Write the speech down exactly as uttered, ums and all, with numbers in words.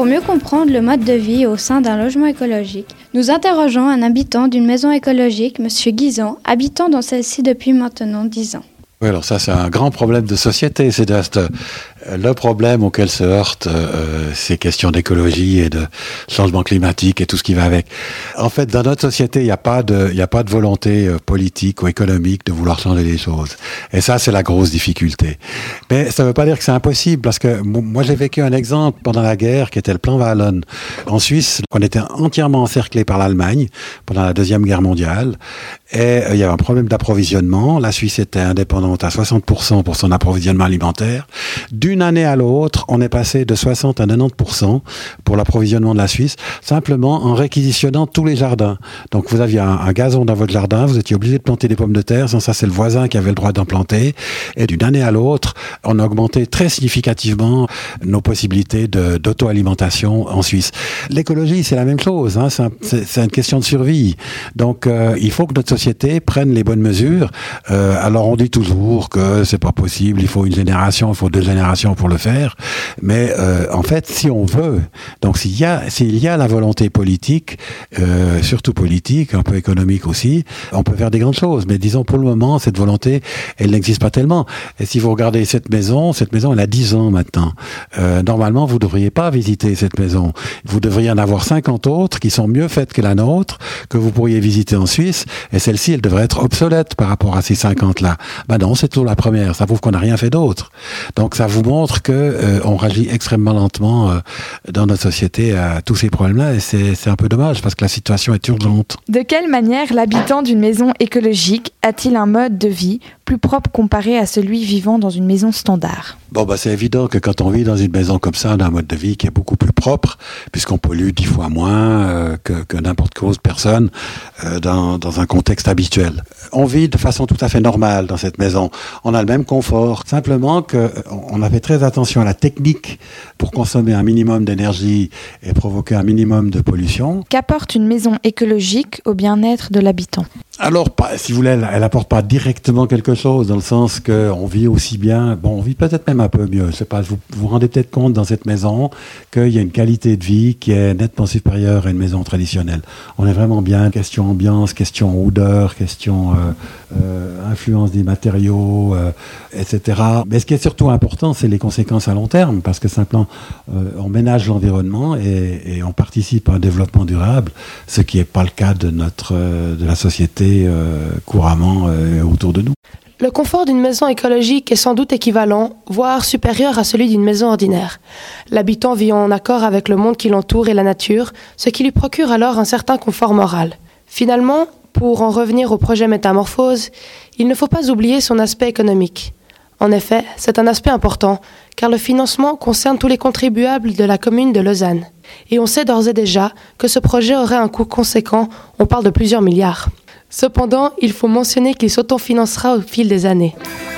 mieux comprendre le mode de vie au sein d'un logement écologique, nous interrogeons un habitant d'une maison écologique, M. Guizan, habitant dans celle-ci depuis maintenant dix ans. Oui, alors ça, c'est un grand problème de société. C'est de, de, le problème auquel se heurtent euh, ces questions d'écologie et de changement climatique et tout ce qui va avec. En fait, dans notre société, il n'y a pas de, il n'y a pas de volonté euh, politique ou économique de vouloir changer les choses. Et ça, c'est la grosse difficulté. Mais ça ne veut pas dire que c'est impossible, parce que moi, j'ai vécu un exemple pendant la guerre qui était le plan Wallon. En Suisse, on était entièrement encerclé par l'Allemagne pendant la Deuxième Guerre mondiale. Et euh, il y avait un problème d'approvisionnement. La Suisse était indépendante à soixante pour cent pour son approvisionnement alimentaire. D'une année à l'autre, on est passé de soixante à quatre-vingt-dix pour cent pour l'approvisionnement de la Suisse, simplement en réquisitionnant tous les jardins. Donc vous aviez un, un gazon dans votre jardin, vous étiez obligé de planter des pommes de terre, sans ça c'est le voisin qui avait le droit d'en planter. Et d'une année à l'autre, on a augmenté très significativement nos possibilités de, d'auto-alimentation en Suisse. L'écologie, c'est la même chose, hein, c'est, un, c'est, c'est une question de survie. Donc euh, il faut que notre société prenne les bonnes mesures. Euh, alors on dit toujours que c'est pas possible, il faut une génération, il faut deux générations pour le faire. Mais euh, en fait, si on veut, donc s'il y a, s'il y a la volonté politique, euh, surtout politique, un peu économique aussi, on peut faire des grandes choses. Mais disons, pour le moment, cette volonté, elle n'existe pas tellement. Et si vous regardez cette maison, cette maison, elle a dix ans maintenant. Euh, normalement, vous ne devriez pas visiter cette maison. Vous devriez en avoir cinquante autres qui sont mieux faites que la nôtre, que vous pourriez visiter en Suisse. Et celle-ci, elle devrait être obsolète par rapport à ces cinquante-là. Ben non, c'est toujours la première. Ça prouve qu'on n'a rien fait d'autre. Donc, ça vous montre que euh, on réagit extrêmement lentement euh, dans notre société à tous ces problèmes-là. Et c'est, c'est un peu dommage parce que la situation est urgente. De quelle manière l'habitant d'une maison écologique a-t-il un mode de vie plus propre comparé à celui vivant dans une maison standard ? Bon, bah, c'est évident que quand on vit dans une maison comme ça, on a un mode de vie qui est beaucoup plus propre, puisqu'on pollue dix fois moins euh, que, que n'importe quelle autre personne euh, dans, dans un contexte habituel. On vit de façon tout à fait normale dans cette maison. On a le même confort. Simplement que on a fait très attention à la technique pour consommer un minimum d'énergie et provoquer un minimum de pollution. Qu'apporte une maison écologique au bien-être de l'habitant ? Alors, pas, si vous voulez, elle, elle apporte pas directement quelque chose, dans le sens qu'on vit aussi bien, bon, on vit peut-être même un peu mieux. Je sais pas, vous vous rendez peut-être compte dans cette maison qu'il y a une qualité de vie qui est nettement supérieure à une maison traditionnelle. On est vraiment bien, question ambiance, question odeur, question euh, euh, influence des matériaux, euh, et cetera. Mais ce qui est surtout important, c'est les conséquences à long terme, parce que simplement, euh, on ménage l'environnement et, et on participe à un développement durable, ce qui n'est pas le cas de notre, euh, de la société Euh, couramment euh, autour de nous. Le confort d'une maison écologique est sans doute équivalent, voire supérieur à celui d'une maison ordinaire. L'habitant vit en accord avec le monde qui l'entoure et la nature, ce qui lui procure alors un certain confort moral. Finalement, pour en revenir au projet Métamorphose, il ne faut pas oublier son aspect économique. En effet, c'est un aspect important, car le financement concerne tous les contribuables de la commune de Lausanne. Et on sait d'ores et déjà que ce projet aurait un coût conséquent, on parle de plusieurs milliards. Cependant, il faut mentionner qu'il s'autofinancera au fil des années.